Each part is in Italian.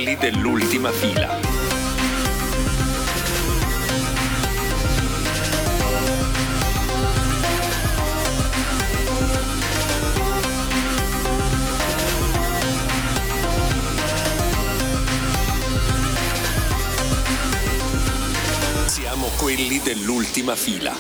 quelli dell'ultima fila. Siamo quelli dell'ultima fila.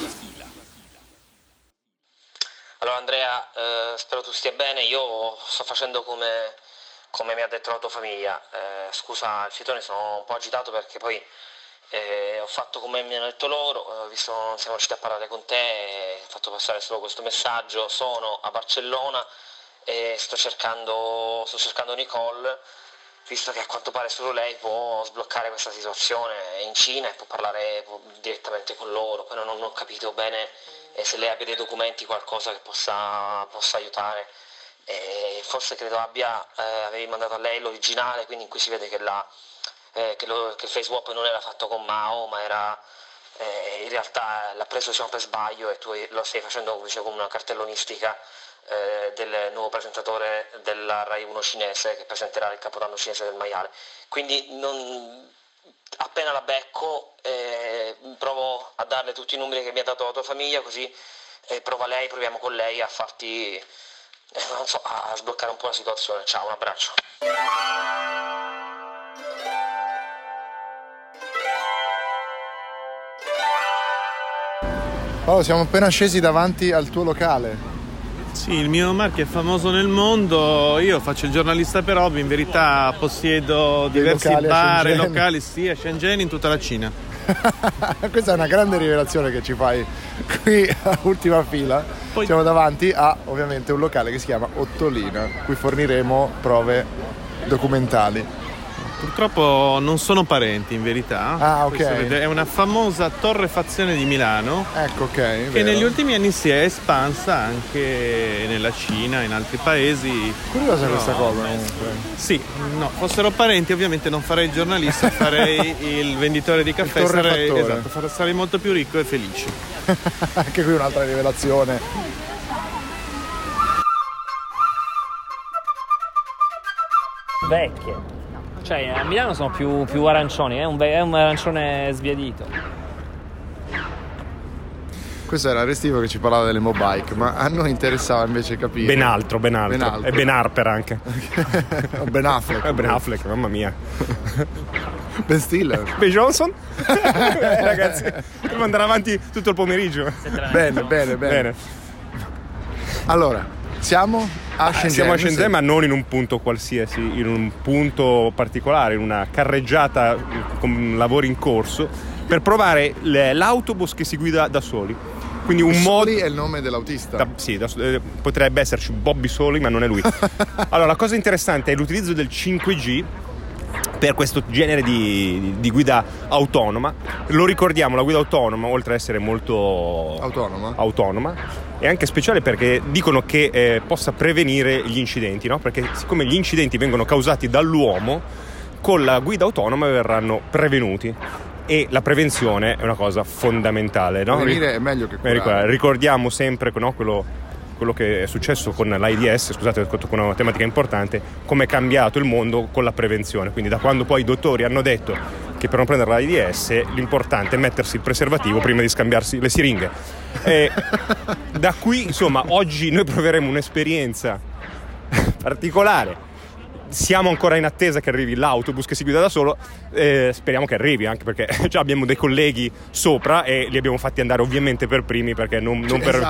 Allora Andrea, spero tu stia bene. Io sto facendo come mi ha detto la tua famiglia. Scusa il fiatone, sono un po' agitato perché poi ho fatto come mi hanno detto loro, visto che non siamo riusciti a parlare con te, ho fatto passare solo questo messaggio. Sono a Barcellona e sto cercando Nicole, visto che a quanto pare solo lei può sbloccare questa situazione. È in Cina e può parlare direttamente con loro. Poi non ho capito bene se lei abbia dei documenti, qualcosa che possa aiutare. Forse credo avevi mandato a lei l'originale, quindi in cui si vede che il face swap non era fatto con Mao, ma era in realtà l'ha preso per sbaglio, e tu lo stai facendo con una cartellonistica del nuovo presentatore della Rai 1 cinese, che presenterà il capodanno cinese del maiale. Quindi appena la becco provo a darle tutti i numeri che mi ha dato la tua famiglia, così proviamo con lei a farti a sbloccare un po' la situazione. Ciao, un abbraccio. Paolo, siamo appena scesi davanti al tuo locale. Sì, il mio marchio è famoso nel mondo. Io faccio il giornalista per hobby. In verità possiedo diversi bar e locali a Shenzhen, in tutta la Cina. Questa è una grande rivelazione che ci fai qui a ultima fila. Poi siamo davanti a ovviamente un locale che si chiama Ottolina, cui forniremo prove documentali. Purtroppo non sono parenti, in verità. Ah, ok. È una famosa torrefazione di Milano. Ecco, ok. Che vero. negli ultimi anni si è espansa anche nella Cina, in altri paesi. Curiosa questa cosa comunque. Sì, no, fossero parenti ovviamente non farei il giornalista, farei il venditore di caffè, sarei molto più ricco e felice. Anche qui un'altra rivelazione. Vecchie. Cioè a Milano sono più arancioni, è un arancione sbiadito. Questo era Restivo che ci parlava delle mobike, ma a noi interessava invece capire. Ben altro. E Ben Harper anche. Ben Affleck. Ben Affleck, mamma mia. Ben Stiller. Ben Johnson. Ragazzi, dobbiamo andare avanti tutto il pomeriggio. Bene. Allora, siamo a Shenzhen, ma non in un punto qualsiasi, in un punto particolare, in una carreggiata con lavori in corso, per provare l'autobus che si guida da soli. Quindi un Soli è il nome dell'autista. Potrebbe esserci Bobby Soli, ma non è lui. Allora, la cosa interessante è l'utilizzo del 5G per questo genere di guida autonoma. Lo ricordiamo, la guida autonoma, oltre ad essere molto autonoma, è anche speciale perché dicono che possa prevenire gli incidenti, no? Perché siccome gli incidenti vengono causati dall'uomo, con la guida autonoma verranno prevenuti. E la prevenzione è una cosa fondamentale, no? Prevenire è meglio che curare. Ricordiamo sempre, no, quello che è successo con l'AIDS, scusate, con una tematica importante, come è cambiato il mondo con la prevenzione. Quindi da quando poi i dottori hanno detto che per non prendere l'AIDS l'importante è mettersi il preservativo prima di scambiarsi le siringhe. E da qui, insomma, oggi noi proveremo un'esperienza particolare. Siamo ancora in attesa che arrivi l'autobus che si guida da solo, speriamo che arrivi, anche perché già abbiamo dei colleghi sopra e li abbiamo fatti andare ovviamente per primi, perché non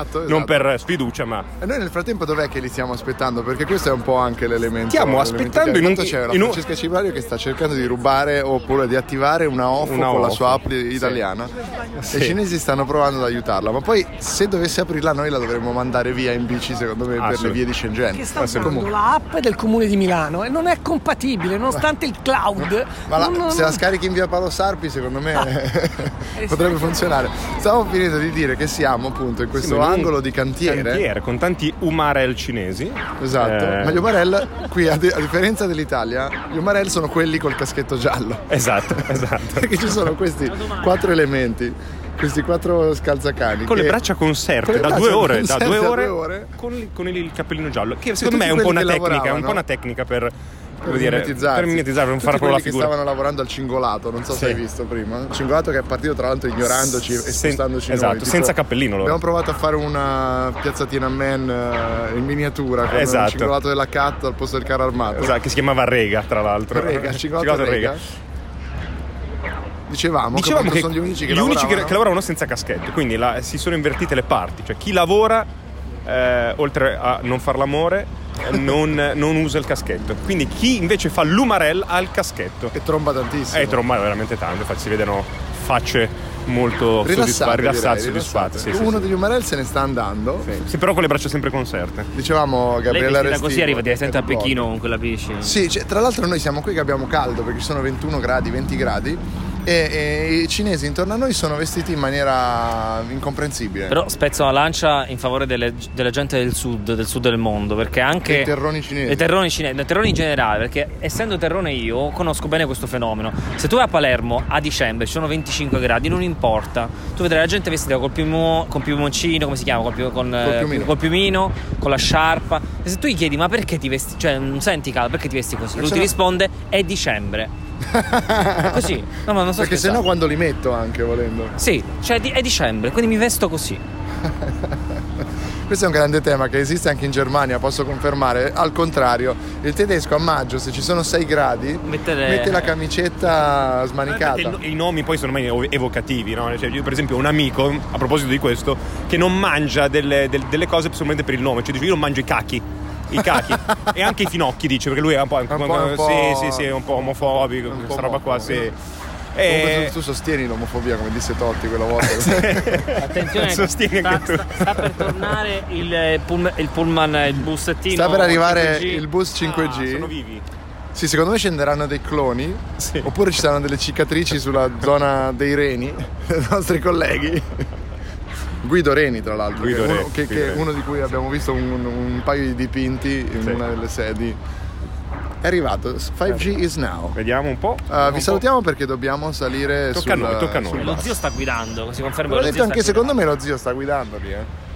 per sfiducia, ma... E noi nel frattempo dov'è che li stiamo aspettando? Perché questo è un po' anche l'elemento. Stiamo aspettando c'è la Francesca Cibario che sta cercando di rubare oppure di attivare una OFO con la sua app italiana. Sì. E i cinesi stanno provando ad aiutarla, ma poi se dovesse aprirla noi la dovremmo mandare via in bici, secondo me, per le vie di Shenzhen. Che sta usando l'app del comune di Milano. Non è compatibile, nonostante il cloud. Ma se la scarichi in via Paolo Sarpi, secondo me potrebbe funzionare. Stavo finendo di dire che siamo appunto in questo angolo di cantiere con tanti umarel cinesi. Esatto. Ma gli umarel qui, a differenza dell'Italia, gli umarel sono quelli col caschetto giallo. Esatto. Perché ci sono questi 4 elementi, questi 4 scalzacani con le braccia conserte da 2 ore con il cappellino giallo, che secondo me è un po' una tecnica, per per mimetizzare, per non fare proprio la figura. Che stavano lavorando al cingolato, non so se hai visto prima. Il cingolato che è partito tra l'altro ignorandoci e spostandoci esatto, noi. Senza cappellino loro. Abbiamo provato a fare una piazzatina man in miniatura con il cingolato della Cat al posto del carro armato. Esatto, che si chiamava Rega, tra l'altro. Cingolato Rega. Dicevamo che sono gli unici che lavoravano senza caschetto, quindi si sono invertite le parti, cioè chi lavora oltre a non far l'amore non usa il caschetto, quindi chi invece fa l'umarell ha il caschetto e tromba tantissimo, tromba veramente tanto, infatti si vedono facce molto rilassate, soddisfatte. Sì, uno degli umarell se ne sta andando, sì, però con le braccia sempre conserte. Dicevamo Gabriella Restivo, così arriva direttamente a Pechino con quella bici. Sì, tra l'altro noi siamo qui che abbiamo caldo perché ci sono 21 gradi, 20 gradi e i cinesi intorno a noi sono vestiti in maniera incomprensibile. Però spezzo una lancia in favore della gente del sud del mondo, perché anche i terroni cinesi, i terroni in generale, perché essendo terrone io conosco bene questo fenomeno. Se tu vai a Palermo a dicembre ci sono 25 gradi, non importa, tu vedrai la gente vestita col piumoncino, come si chiama, col piumino, con la sciarpa, e se tu gli chiedi ma perché ti vesti, cioè non senti caldo, perché ti vesti così, lui ti risponde è dicembre. Così, no, ma non so, perché sennò quando li metto anche volendo. Sì, cioè è dicembre, quindi mi vesto così. Questo è un grande tema che esiste anche in Germania, posso confermare. Al contrario, il tedesco a maggio, se ci sono 6 gradi, mette la camicetta smanicata. I nomi poi sono mai evocativi, no? Cioè, io per esempio ho un amico, a proposito di questo, che non mangia delle cose solamente per il nome, cioè dice io non mangio i cachi e anche i finocchi, dice, perché lui è un po' sì, è un po' omofobico, questa roba qua, sì. Tu sostieni l'omofobia, come disse Totti quella volta. Attenzione, sostieni anche tu. Sta per tornare il pullman, il bussettino. Sta per arrivare 5G. Il bus 5G. Sono vivi. Sì, secondo me scenderanno dei cloni, oppure ci saranno delle cicatrici sulla zona dei reni dei nostri colleghi. Guido Reni, tra l'altro, che è uno di cui abbiamo visto un paio di dipinti in una delle sedi. È arrivato, 5G is now. Vediamo un po'. Vi salutiamo perché dobbiamo salire tocca a noi. Lo zio sta guidando, si conferma. L'ho detto anche secondo me lo zio sta guidando lì,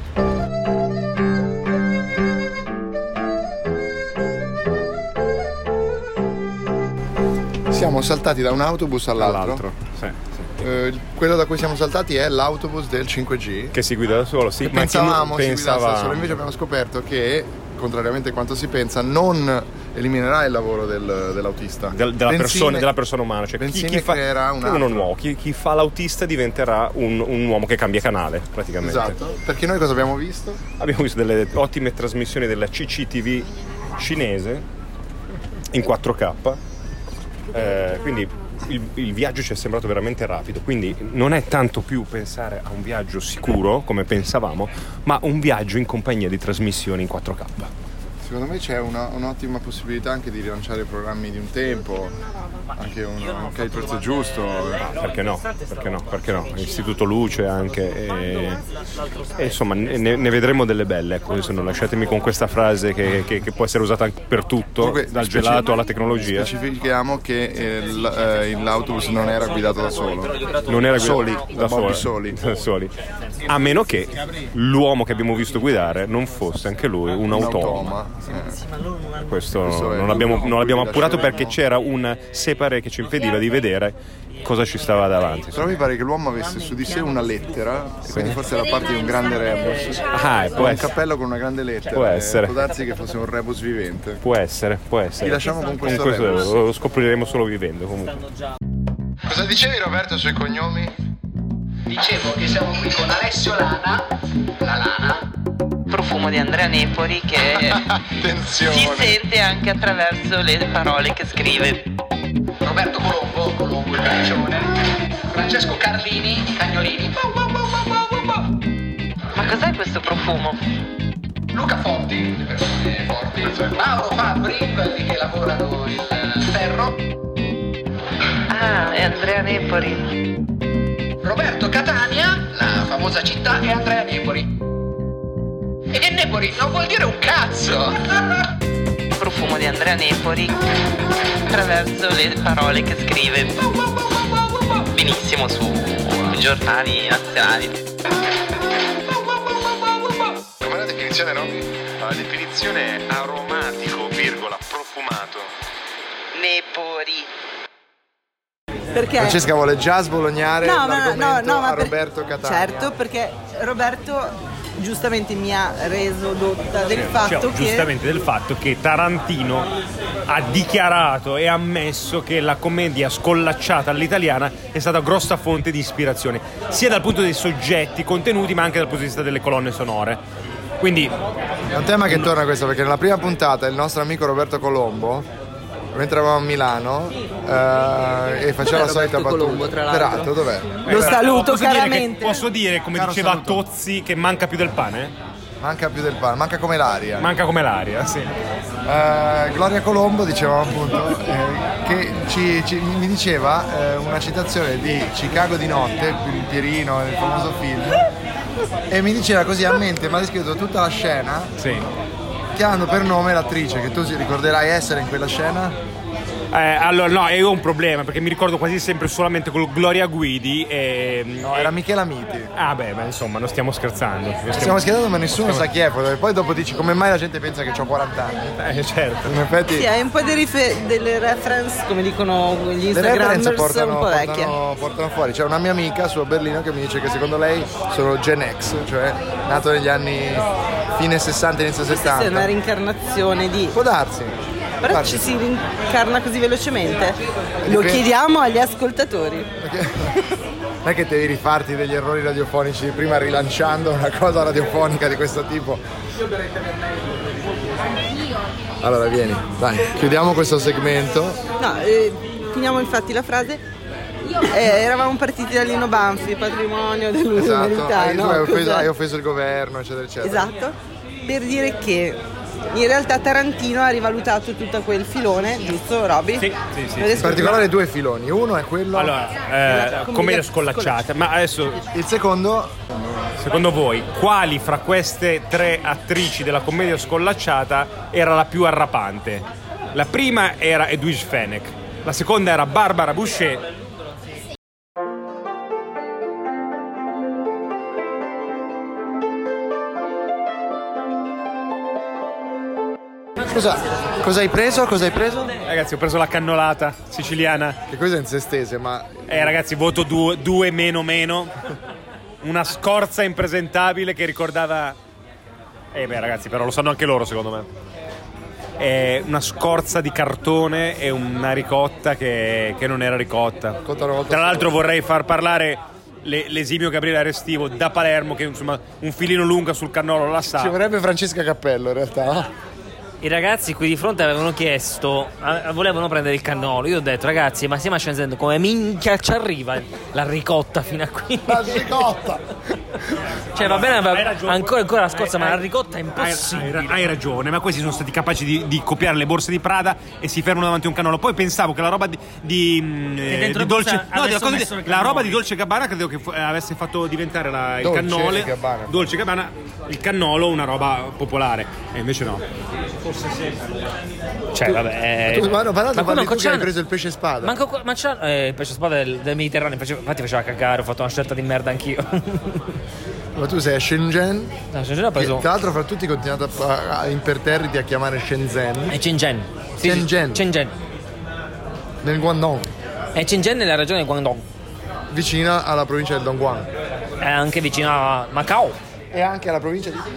Siamo saltati da un autobus all'altro. Sì. Quello da cui siamo saltati è l'autobus del 5G che si guida da solo, sì, pensavamo si guidasse da solo, invece abbiamo scoperto che contrariamente a quanto si pensa non eliminerà il lavoro dell'autista, della persona umana, cioè chi fa l'autista diventerà un uomo che cambia canale praticamente. Esatto, perché noi cosa abbiamo visto? Abbiamo visto delle ottime trasmissioni della CCTV cinese in 4K, quindi il viaggio ci è sembrato veramente rapido, quindi non è tanto più pensare a un viaggio sicuro come pensavamo, ma un viaggio in compagnia di trasmissioni in 4K. Secondo me c'è un'ottima possibilità anche di rilanciare i programmi di un tempo, anche che il prezzo è giusto. Perché no? Istituto Luce anche, e insomma ne vedremo delle belle, ecco, lasciatemi con questa frase che può essere usata anche per tutto. Comunque, dal gelato alla tecnologia. Specifichiamo che l'autobus non era guidato da solo, non era guidato da soli, a meno che l'uomo che abbiamo visto guidare non fosse anche lui un automa. Questo non l'abbiamo appurato perché c'era un separe che ci impediva di vedere cosa ci stava davanti. Però mi pare che l'uomo avesse su di sé una lettera, e quindi forse era parte di un grande rebus. Un cappello con una grande lettera. Può essere. Può darsi che fosse un rebus vivente. Può essere. Ti lasciamo con questo rebus. Lo scopriremo solo vivendo comunque. Cosa dicevi, Roberto, sui cognomi? Dicevo che siamo qui con Alessio Lana, la Lana, profumo di Andrea Nepori che si sente anche attraverso le parole che scrive. Roberto Colombo il cancione, Francesco Carlini, i cagnolini. Ma cos'è questo profumo? Luca Forti, le persone forti, Mauro Fabbri, quelli che lavorano il ferro. Ah, è Andrea Nepori. Roberto Catania, la famosa città, e Andrea Nepori. E che Nepori non vuol dire un cazzo! Profumo di Andrea Nepori attraverso le parole che scrive benissimo su giornali nazionali. Com'è la definizione, Robby? La definizione è aromatico, profumato. Nepori. Perché? Francesca vuole già sbolognare l'argomento a ma Roberto Catania. Certo, perché Roberto giustamente mi ha reso dotta del fatto che... Giustamente del fatto che Tarantino ha dichiarato e ammesso che la commedia scollacciata all'italiana è stata grossa fonte di ispirazione, sia dal punto dei soggetti contenuti ma anche dal punto di vista delle colonne sonore. Quindi è un tema che torna questo, perché nella prima puntata il nostro amico Roberto Colombo, mentre eravamo a Milano, e faceva la solita battuta. Colombo, tra l'altro. Peraltro, dov'è? Lo saluto caramente. Posso dire, come Caro diceva saluto. Tozzi, che manca più del pane? Manca più del pane, manca come l'aria. Manca come l'aria, sì. Gloria Colombo, dicevamo appunto, che mi diceva una citazione di Chicago di notte, il Pierino, il famoso film, e mi diceva così a mente, mi ha descritto tutta la scena, Sì. chiamando per nome l'attrice, che tu ricorderai essere in quella scena. Allora, no, io ho un problema perché mi ricordo quasi sempre solamente con Gloria Guidi e... No, era Michela Miti. Ah beh, ma insomma, non stiamo scherzando. Stiamo scherzando, ma nessuno sa chi è. Poi dopo dici come mai la gente pensa che ho 40 anni. Certo. In effetti Sì, hai un po' delle reference, come dicono gli le reference Instagrammers, un po' vecchie. portano fuori. C'è una mia amica su a Berlino che mi dice che secondo lei sono Gen X, cioè nato negli anni fine 60 inizio 70. È una reincarnazione di... Può darsi. Però ci si rincarna così velocemente? Lo chiediamo agli ascoltatori. Non è che devi rifarti degli errori radiofonici prima rilanciando una cosa radiofonica di questo tipo. Allora vieni, dai, chiudiamo questo segmento. No, finiamo infatti la frase. Eravamo partiti da Lino Banfi, patrimonio dell'umanità. Esatto, hai offeso il governo, eccetera, eccetera. Esatto, per dire che in realtà Tarantino ha rivalutato tutto quel filone, giusto Roby? Sì. In particolare due filoni, uno è quello... Allora, commedia scollacciata, ma adesso... Il secondo... Secondo voi, quali fra queste tre attrici della commedia scollacciata era la più arrapante? La prima era Edwige Fenech, la seconda era Barbara Boucher. Cosa hai preso? Ragazzi, ho preso la cannolata siciliana. Che cosa in se stesse, ma... Ragazzi, voto 2 meno. Una scorza impresentabile che ricordava... ragazzi, però lo sanno anche loro, secondo me. È una scorza di cartone e una ricotta che non era ricotta. Tra l'altro vorrei far parlare l'esimio Gabriele Restivo da Palermo, che insomma un filino lungo sul cannolo la sa. Ci vorrebbe Francesca Cappello in realtà. I ragazzi qui di fronte avevano chiesto, volevano prendere il cannolo. Io ho detto, ragazzi, ma stiamo scendendo, come minchia ci arriva la ricotta fino a qui? La ricotta! Cioè va bene, ancora la scorza, ma la ricotta è impossibile. Hai ragione, ma questi sono stati capaci di copiare le borse di Prada e si fermano davanti a un cannolo. Poi pensavo che la roba di Dolce, la roba di Dolce Gabbana credevo che avesse fatto diventare il cannolo Dolce Gabbana, il cannolo, una roba popolare, e invece no. Forse sì. Cioè, vabbè. Ma tu che hai preso il pesce spada. Ma c'è il pesce spada del Mediterraneo, infatti faceva cagare, ho fatto una scelta di merda anch'io. Ma tu sei a Shenzhen? No, Shenzhen ho preso. Tra l'altro, fra tutti continuate imperterriti a chiamare Shenzhen. È Shenzhen. Shenzhen. Nel Guangdong. È Shenzhen nella regione del Guangdong. Vicina alla provincia del Dongguan. È anche vicina a Macao. E anche alla provincia di...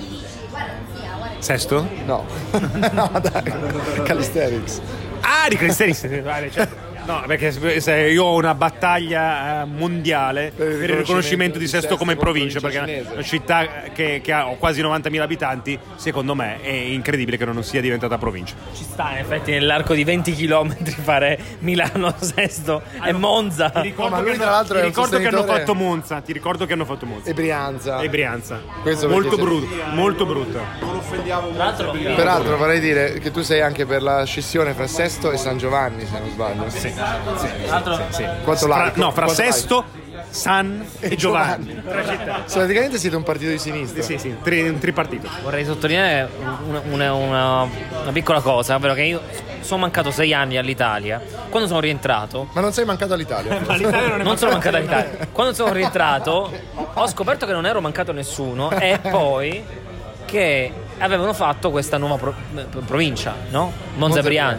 Sesto? No. No, dai. Calisthenics. Ah, di Calisthenics. No, perché se io ho una battaglia mondiale per il riconoscimento di Sesto come provincia, perché è una città che ha quasi 90.000 abitanti, secondo me è incredibile che non sia diventata provincia. Ci sta, in effetti, nell'arco di 20 km fare Milano, Sesto e Monza. Ti ricordo che hanno fatto Monza. E Brianza. Molto brutto. Non offendiamo. Peraltro vorrei dire che tu sei anche per la scissione fra Sesto e San Giovanni, se non sbaglio. Sì. Quanto laico? Fra Sesto, San e Giovanni. Praticamente siete un partito di sinistra. Sì, un tripartito. Vorrei sottolineare una piccola cosa, ovvero che io sono mancato 6 anni all'Italia. Quando sono rientrato... Ma non sei mancato all'Italia? Non sono mancato all'Italia. Quando sono rientrato ho scoperto che non ero mancato a nessuno, e poi che avevano fatto questa nuova provincia, no? Monza e Brianza.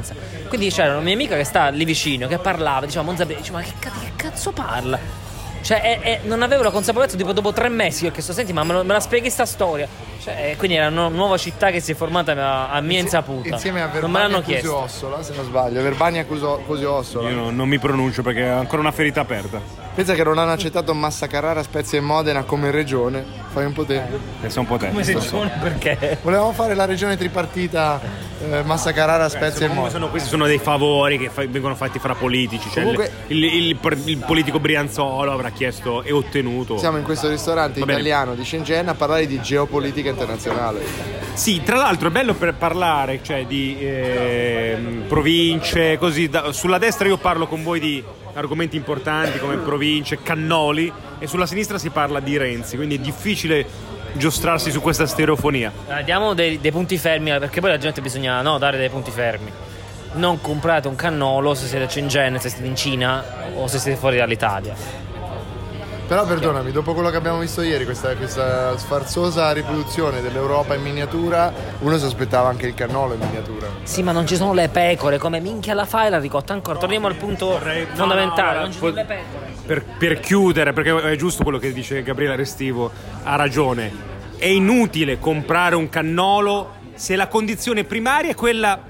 Quindi c'era una mia amica che sta lì vicino, che parlava, diceva Monza Beach, dice, ma che cazzo parla? Cioè non avevo la consapevolezza, tipo dopo 3 mesi ho chiesto, senti, ma me la spieghi sta storia? Cioè, quindi era una nuova città che si è formata a mia insaputa. Insieme a non me Verbania l'hanno chiesto. Cusio-Ossola, se non sbaglio. Verbania Cusio-Ossola. Io non mi pronuncio perché è ancora una ferita aperta. Pensa che non hanno accettato Massa Carrara, Spezia e Modena come regione. Fai un po' te. Pensa un po' te. Come regione, perché? Volevamo fare la regione tripartita Massa Carrara, Spezia e Modena. Questi sono dei favori che vengono fatti fra politici. Comunque, cioè il politico Brianzolo avrà chiesto e ottenuto. Siamo in questo ristorante italiano di Shenzhen a parlare di geopolitica internazionale. Sì, tra l'altro è bello per parlare, cioè di province, così. Sulla destra io parlo con voi di argomenti importanti come province, cannoli, e sulla sinistra si parla di Renzi, quindi è difficile giostrarsi su questa stereofonia. Diamo dei punti fermi, perché poi la gente bisogna dare dei punti fermi. Non comprate un cannolo se siete a Shenzhen, se siete in Cina o se siete fuori dall'Italia. Però perdonami, dopo quello che abbiamo visto ieri, questa sfarzosa riproduzione dell'Europa in miniatura, uno si aspettava anche il cannolo in miniatura. Sì, ma non ci sono le pecore, come minchia la fai la ricotta ancora? Torniamo al punto fondamentale, non ci sono le pecore. Per chiudere, perché è giusto quello che dice Gabriele Restivo, ha ragione. È inutile comprare un cannolo se la condizione primaria è quella.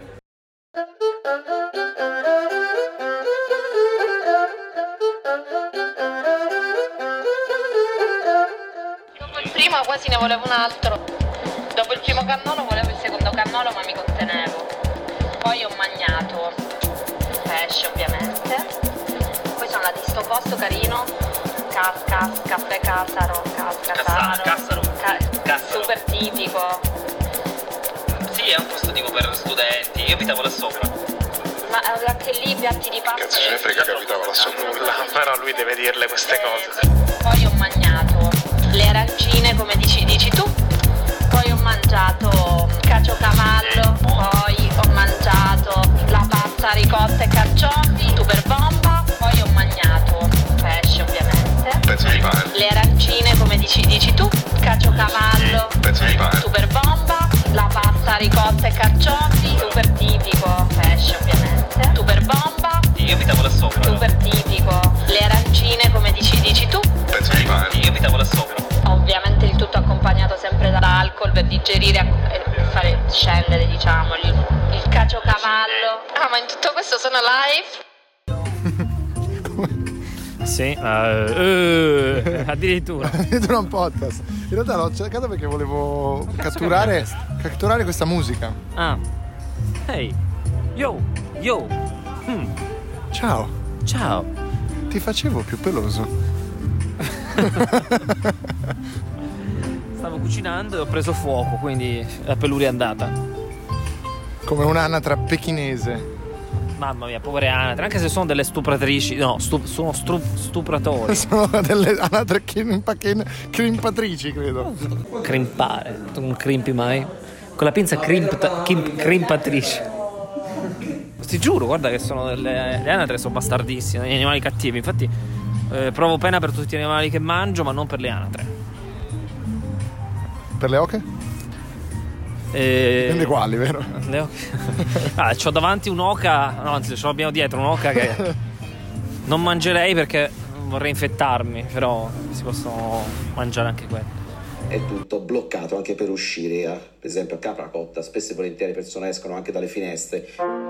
Prima quasi ne volevo un altro. Dopo il primo cannolo volevo il secondo cannolo, ma mi contenevo. Poi ho mangiato pesce, ovviamente. Poi sono andata in sto posto carino, caffè Casaro, Cassaro. super tipico. Sì, è un posto tipo per studenti, io abitavo là sopra. Ma anche lì piatti di pasta. Cazzo ce ne frega che abitava là sopra. Però lui deve dirle queste cose. Poi ho mangiato le arancine, come dici tu. Poi ho mangiato caciocavallo. Poi ho mangiato la pasta ricotta e carciofi, super bomba. Poi ho mangiato pesce, ovviamente. Pezzo di pane. Le arancine, come dici tu. Caciocavallo. Pezzo di pane. Super bomba. La pasta ricotta e carciofi, super tipico. Pesce, ovviamente. Super bomba. Io abitavo là sopra. Super tipico. Le arancine, come dici tu. Pezzo di pane. Io abitavo là sopra. Ovviamente il tutto accompagnato sempre da alcol per digerire e fare scendere, diciamo, il caciocavallo. Ah, ma in tutto questo sono live? Sì, addirittura. Addirittura un podcast. In realtà l'ho cercato perché volevo catturare questa musica. Ah. Hey. Yo. Ciao. Ti facevo più peloso. Stavo cucinando e ho preso fuoco, quindi la peluria è andata. Come un'anatra pechinese. Mamma mia, povere anatre, anche se sono delle stupratrici. No, sono stupratori. Sono delle anatre crimpatrici, credo. Crimpare. Tu non crimpi mai? Con la pinza crimpatrice. Ti giuro, guarda che sono le anatre sono bastardissime, gli animali cattivi. Infatti provo pena per tutti gli animali che mangio, ma non per le anatre. Per le oche? Dipende quali, vero? Le oche. C'ho davanti un'oca, no, anzi, ce l'abbiamo dietro un'oca che non mangerei perché vorrei infettarmi, però si possono mangiare anche quelle. È tutto bloccato anche per uscire, per esempio a Capracotta spesso e volentieri le persone escono anche dalle finestre.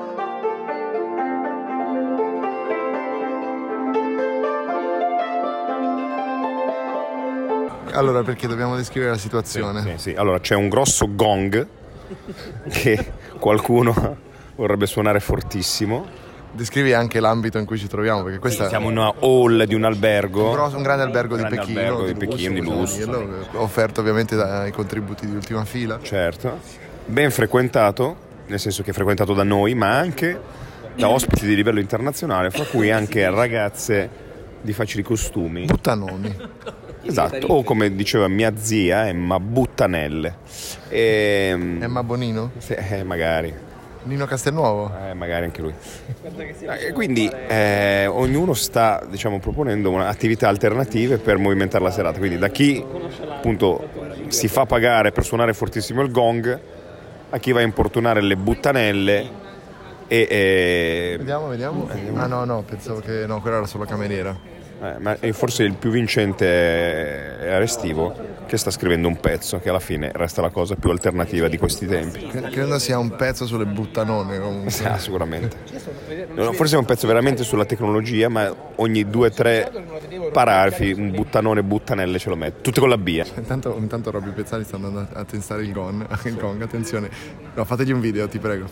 Allora, perché dobbiamo descrivere la situazione? Sì. Allora, c'è un grosso gong che qualcuno vorrebbe suonare fortissimo. Descrivi anche l'ambito in cui ci troviamo, perché questa siamo in una hall di un albergo. Un grande albergo di Pechino. Di lusso. Offerto ovviamente dai contributi di ultima fila. Certo. Ben frequentato, nel senso che è frequentato da noi, ma anche da ospiti di livello internazionale, fra cui anche ragazze di facili costumi. Buttanoni. Esatto, o come diceva mia zia, Emma Buttanelle. Emma Bonino? Sì, magari. Nino Castelnuovo? Magari anche lui. Quindi ognuno sta, diciamo, proponendo attività alternative per movimentare la serata. Quindi da chi appunto si fa pagare per suonare fortissimo il gong, a chi va a importunare le buttanelle Vediamo. Ah no, pensavo che no, quella era solo cameriera. Ma forse il più vincente è Restivo, che sta scrivendo un pezzo che alla fine resta la cosa più alternativa di questi tempi. Credo sia un pezzo sulle buttanone comunque. Sicuramente. Forse è un pezzo veramente sulla tecnologia, ma ogni 2-3 paragrafi un buttanone, buttanelle ce lo mette, tutte con la B. Intanto Robby Pezzali sta andando a testare il gong, attenzione. No, fategli un video, ti prego.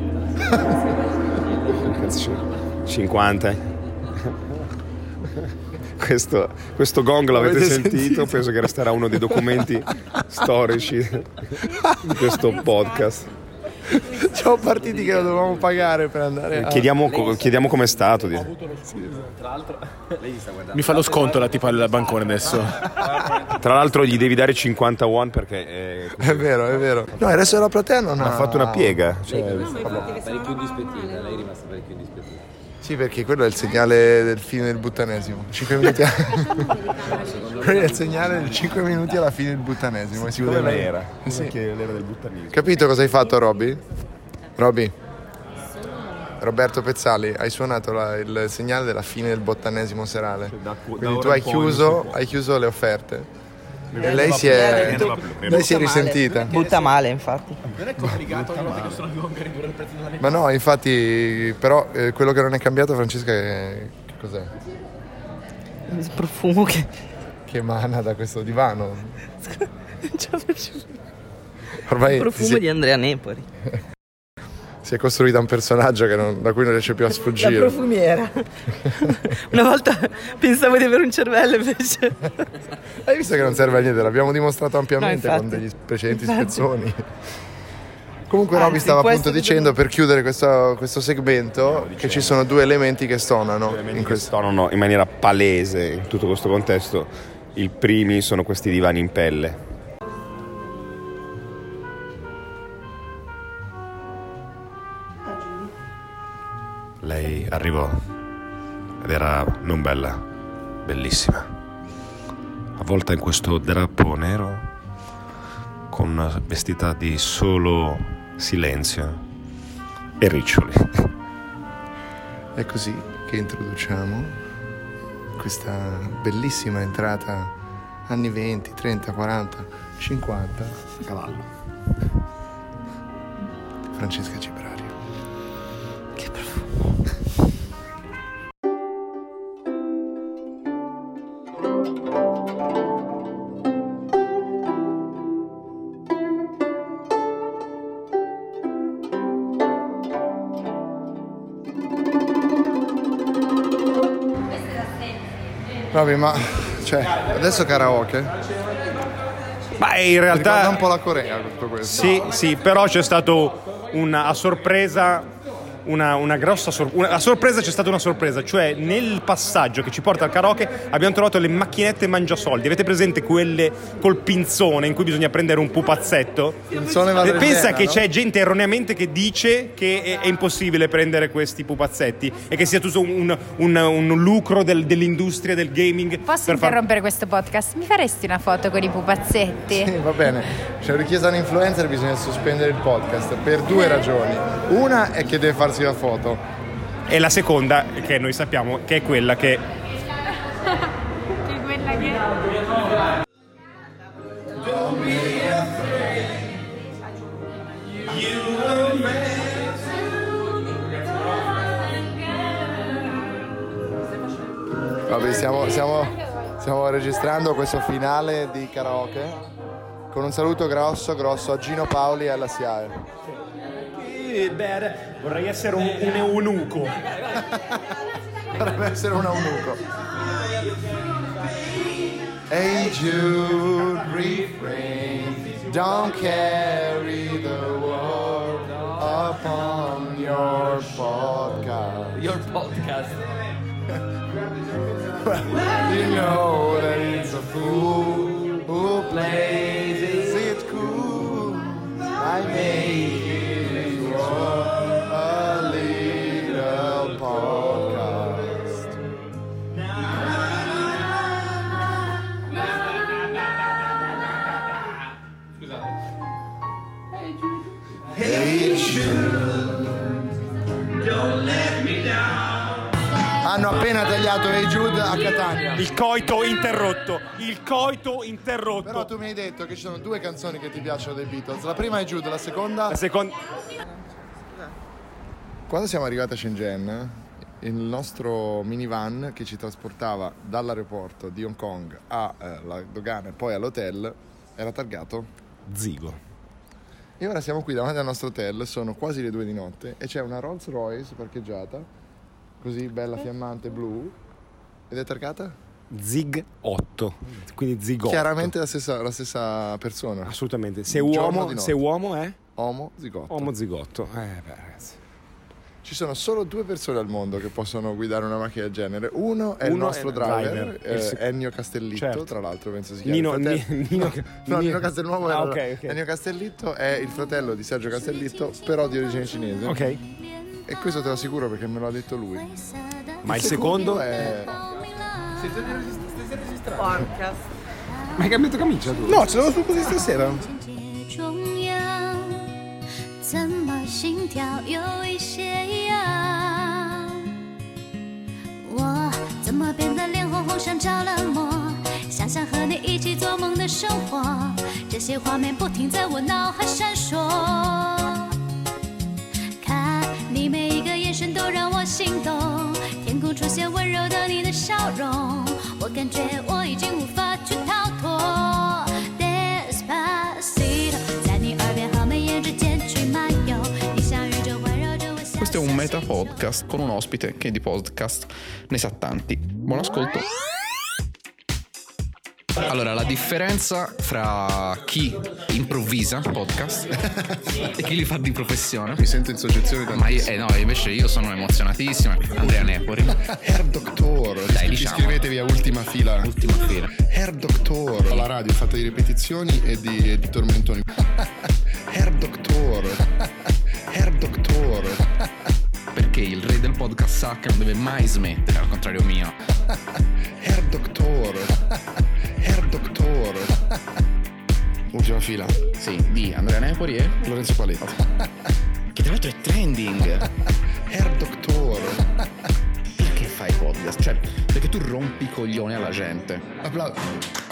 50. Questo gong l'avete sentito? Penso che resterà uno dei documenti storici di questo podcast. Siamo partiti che lo dovevamo pagare per andare chiediamo com'è stato. Tra l'altro mi fa lo sconto la tipa al bancone adesso. Tra l'altro gli devi dare 50 won perché è vero. No, il resto della platea non ha fatto una piega, per i più indispettiti. Lei è rimasta per i più indispettiti. Sì, perché quello è il segnale del fine del buttanesimo. 5 minuti quello è il segnale del 5 minuti alla fine del buttanesimo. Si vede l'era. Sì. Che l'era del buttanesimo. Capito cosa hai fatto, Robby? Roberto Pezzali, hai suonato il segnale della fine del bottanesimo serale. Quindi tu hai chiuso le offerte. E lei si è risentita. Butta male, infatti. Non è complicato, che sono gong a ridurre il prezzo della Ma no, infatti, però quello che non è cambiato, Francesca, che cos'è? Il profumo che emana da questo divano. Ormai il profumo di Andrea Nepori. Si è costruita un personaggio da cui non riesce più a sfuggire. La profumiera. Una volta pensavo di avere un cervello, invece. Hai visto che non serve a niente, l'abbiamo dimostrato ampiamente con degli precedenti spezzoni. Comunque Robby stava appunto dicendo, per chiudere questo segmento, che ci sono due elementi che stonano. Stonano in maniera palese in tutto questo contesto. I primi sono questi divani in pelle. Lei arrivò ed era non bella, bellissima, avvolta in questo drappo nero, con una vestita di solo silenzio e riccioli. È così che introduciamo questa bellissima entrata anni 20, 30, 40, 50 a cavallo. Francesca Cibrario. Che profumo. Robby, ma adesso karaoke? Ma in realtà ricorda un po' la Corea tutto questo. Sì, però c'è stato a sorpresa a sorpresa c'è stata una sorpresa, cioè nel passaggio che ci porta al karaoke abbiamo trovato le macchinette mangiasoldi. Avete presente quelle col pinzone in cui bisogna prendere un pupazzetto? Pensa che c'è gente erroneamente che dice che è impossibile prendere questi pupazzetti e che sia tutto un lucro dell'industria del gaming. Posso interrompere questo podcast? Mi faresti una foto con i pupazzetti? Sì, va bene. C'è richiesta un influencer, bisogna sospendere il podcast per due ragioni. Una è che deve farsi la foto, e la seconda che noi sappiamo che è quella che Vabbè, stiamo registrando questo finale di karaoke con un saluto grosso a Gino Paoli e alla SIAE. Vorrei essere un eunuco. Vorrebbe essere un eunuco. Hey Jude, refrain, don't carry the world upon your podcast. Your podcast. You know that it's a fool who plays it cool. I make a little podcast. Hey Jude, Hanno appena tagliato Hey Jude a Catania. Il coito interrotto. Però tu mi hai detto che ci sono 2 canzoni che ti piacciono dei Beatles. La prima è Jude, la seconda... Quando siamo arrivati a Shenzhen, il nostro minivan che ci trasportava dall'aeroporto di Hong Kong alla dogana e poi all'hotel era targato Zigo. E ora siamo qui davanti al nostro hotel, sono quasi le 2 di notte e c'è una Rolls Royce parcheggiata, così bella fiammante blu, ed è targata? Zig 8, quindi Zigotto. Chiaramente la stessa persona. Assolutamente. Se uomo è? Homo Zigotto. Homo Zigotto. Ragazzi. Ci sono solo 2 persone al mondo che possono guidare una macchina del genere. Uno è il nostro driver, Ennio Castellitto, certo. Tra l'altro penso si chiami Nino Castelnuovo. Okay. Ennio Castellitto è il fratello di Sergio Castellitto, però di origine cinese. Ok. E questo te lo assicuro perché me lo ha detto lui. Ma il secondo è... Stai registrando? Ma hai cambiato camicia tu? No, ce l'avevo su così stasera. 怎么心跳有一些痒？我怎么变得脸红红像着了魔？想象和你一起做梦的生活，这些画面不停在我脑海闪烁。看你每一个眼神都让我心动，天空出现温柔的你的笑容，我感觉我已经无法去逃脱。Despacito， 在你耳边和眉眼之间。 Questo è un meta podcast con un ospite che di podcast ne sa tanti. Buon ascolto. Allora, la differenza fra chi improvvisa podcast e chi li fa di professione. Mi sento in soggezione tantissimo. No, invece io sono emozionatissimo. Andrea Nepori. Hair Doctor. Dai, diciamo. Iscrivetevi a Ultima Fila. Hair Doctor. La radio è fatta di ripetizioni e di tormentoni. Hair Doctor. Hair Doctor. Perché il re del podcast sa che non deve mai smettere, al contrario mio. Hair Doctor. Hair Doctor. Ultima Fila. Sì, di Andrea Nepori e Lorenzo Paletti. Che tra l'altro è trending. Hair Doctor. Perché fai podcast? Cioè, perché tu rompi i coglioni alla gente. Applauso.